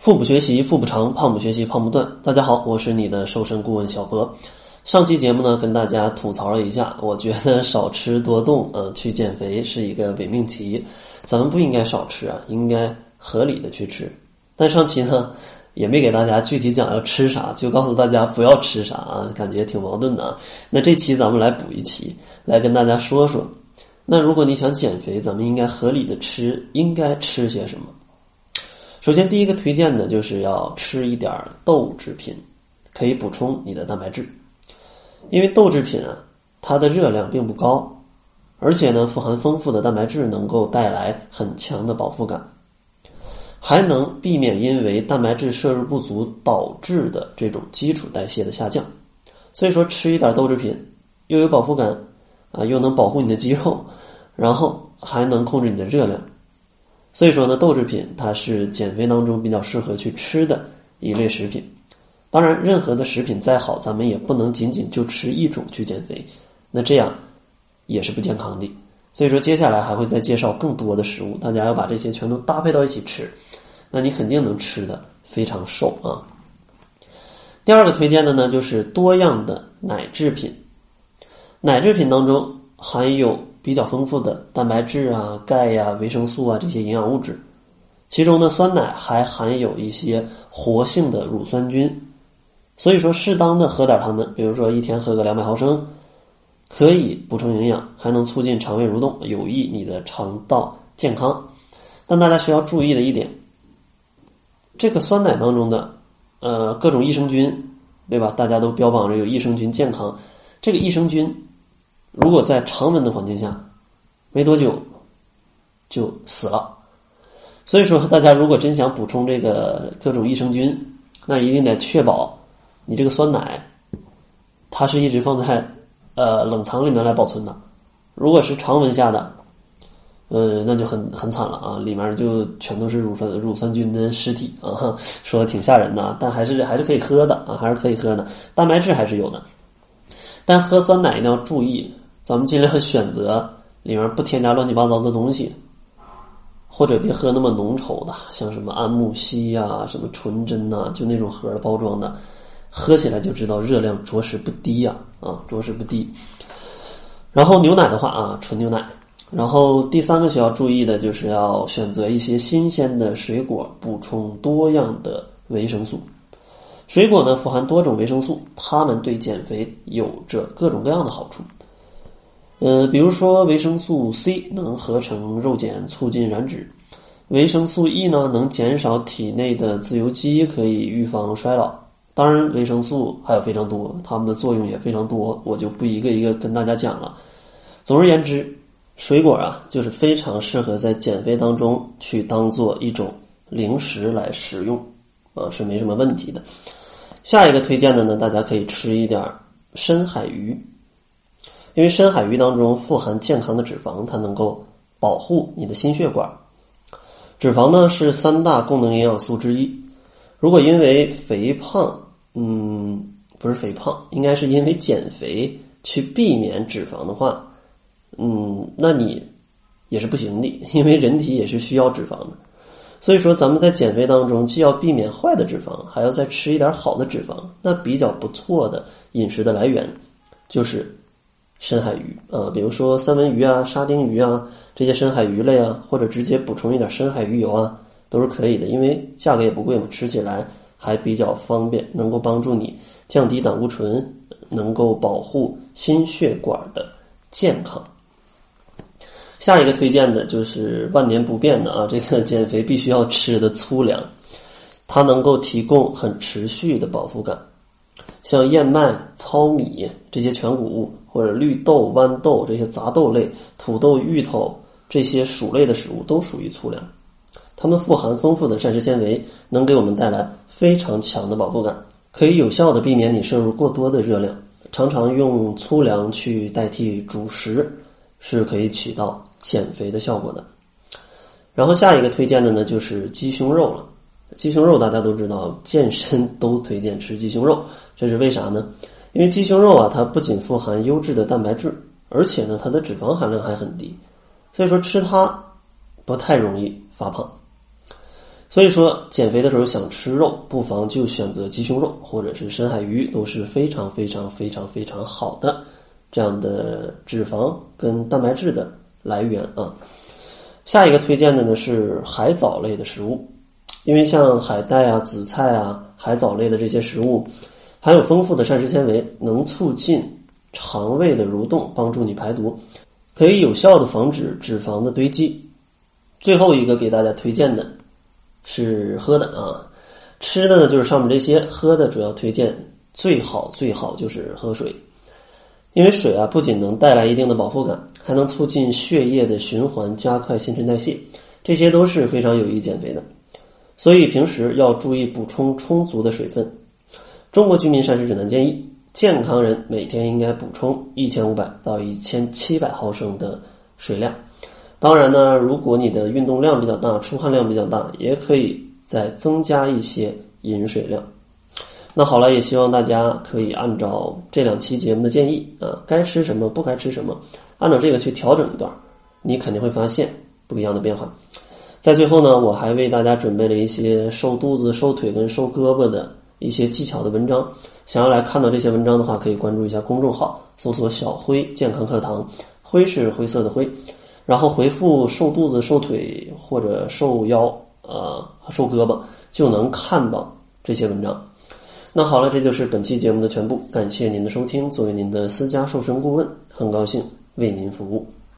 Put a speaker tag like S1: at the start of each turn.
S1: 腹部学习腹部长，胖不学习胖不断。大家好，我是你的瘦身顾问小博。上期节目呢，跟大家吐槽了一下，我觉得少吃多动去减肥是一个伪命题，咱们不应该少吃啊，应该合理的去吃。但上期呢也没给大家具体讲要吃啥，就告诉大家不要吃啥啊，感觉挺矛盾的啊。那这期咱们来补一期，来跟大家说说，那如果你想减肥，咱们应该合理的吃，应该吃些什么？首先第一个推荐的就是要吃一点豆制品，可以补充你的蛋白质。因为豆制品啊，它的热量并不高，而且呢富含丰富的蛋白质，能够带来很强的饱腹感，还能避免因为蛋白质摄入不足导致的这种基础代谢的下降。所以说吃一点豆制品又有饱腹感啊，又能保护你的肌肉，然后还能控制你的热量。所以说呢，豆制品它是减肥当中比较适合去吃的一类食品。当然任何的食品再好，咱们也不能仅仅就吃一种去减肥，那这样也是不健康的。所以说接下来还会再介绍更多的食物，大家要把这些全都搭配到一起吃，那你肯定能吃的非常瘦啊。第二个推荐的呢，就是多样的奶制品。奶制品当中含有比较丰富的蛋白质啊、钙呀、维生素啊这些营养物质，其中呢酸奶还含有一些活性的乳酸菌，所以说适当的喝点它们，比如说一天喝个200毫升，可以补充营养，还能促进肠胃蠕动，有益你的肠道健康。但大家需要注意的一点，这个酸奶当中的各种益生菌，对吧？大家都标榜着有益生菌健康，这个益生菌如果在常温的环境下没多久就死了。所以说大家如果真想补充这个各种益生菌，那一定得确保你这个酸奶它是一直放在冷藏里面来保存的。如果是常温下的那就很惨了啊，里面就全都是乳酸菌的尸体啊，说的挺吓人的，但还是可以喝的啊，还是可以喝的，蛋白质还是有的。但喝酸奶一定要注意，咱们尽量选择里面不添加乱七八糟的东西，或者别喝那么浓稠的，像什么安慕希啊、什么纯真啊，就那种盒的包装的，喝起来就知道热量着实不低啊，着实不低。然后牛奶的话啊，纯牛奶。然后第三个需要注意的就是要选择一些新鲜的水果，补充多样的维生素。水果呢富含多种维生素，它们对减肥有着各种各样的好处。比如说维生素 C 能合成肉碱，促进燃脂；维生素 E 呢能减少体内的自由基，可以预防衰老。当然维生素还有非常多，它们的作用也非常多，我就不一个一个跟大家讲了。总而言之，水果啊就是非常适合在减肥当中去当做一种零食来食用是没什么问题的。下一个推荐的呢，大家可以吃一点深海鱼，因为深海鱼当中富含健康的脂肪，它能够保护你的心血管。脂肪呢是3大功能营养素之一，如果因为肥胖不是肥胖，应该是因为减肥去避免脂肪的话，那你也是不行的，因为人体也是需要脂肪的。所以说咱们在减肥当中既要避免坏的脂肪，还要再吃一点好的脂肪。那比较不错的饮食的来源就是深海鱼比如说三文鱼啊、沙丁鱼啊，这些深海鱼类啊，或者直接补充一点深海鱼油啊，都是可以的，因为价格也不贵嘛，吃起来还比较方便，能够帮助你降低胆固醇，能够保护心血管的健康。下一个推荐的就是万年不变的啊，这个减肥必须要吃的粗粮，它能够提供很持续的饱腹感。像燕麦、糙米这些全谷物，或者绿豆、豌豆这些杂豆类、土豆、芋头这些薯类的食物都属于粗粮，它们富含丰富的膳食纤维，能给我们带来非常强的饱腹感，可以有效的避免你摄入过多的热量。常常用粗粮去代替主食是可以起到减肥的效果的。然后下一个推荐的呢就是鸡胸肉了。鸡胸肉大家都知道，健身都推荐吃鸡胸肉，这是为啥呢？因为鸡胸肉啊，它不仅富含优质的蛋白质，而且呢它的脂肪含量还很低，所以说吃它不太容易发胖。 所以说减肥的时候想吃肉，不妨就选择鸡胸肉或者是深海鱼，都是非常好的这样的脂肪跟蛋白质的来源啊。下一个推荐的呢是海藻类的食物，因为像海带啊、紫菜啊、海藻类的这些食物含有丰富的膳食纤维，能促进肠胃的蠕动，帮助你排毒，可以有效的防止脂肪的堆积。最后一个给大家推荐的是喝的啊，吃的呢就是上面这些，喝的主要推荐最好就是喝水。因为水啊不仅能带来一定的饱腹感，还能促进血液的循环，加快新陈代谢，这些都是非常有益减肥的。所以平时要注意补充充足的水分。中国居民膳食指南建议，健康人每天应该补充1500到1700毫升的水量。当然呢，如果你的运动量比较大，出汗量比较大，也可以再增加一些饮水量。那好了，也希望大家可以按照这2期节目的建议啊，该吃什么不该吃什么，按照这个去调整一段，你肯定会发现不一样的变化。在最后呢，我还为大家准备了一些瘦肚子、瘦腿跟瘦胳膊的一些技巧的文章，想要来看到这些文章的话，可以关注一下公众号，搜索小辉健康课堂，辉是灰色的灰，然后回复瘦肚子、瘦腿或者瘦腰瘦胳膊，就能看到这些文章。那好了，这就是本期节目的全部，感谢您的收听。作为您的私家瘦身顾问，很高兴为您服务。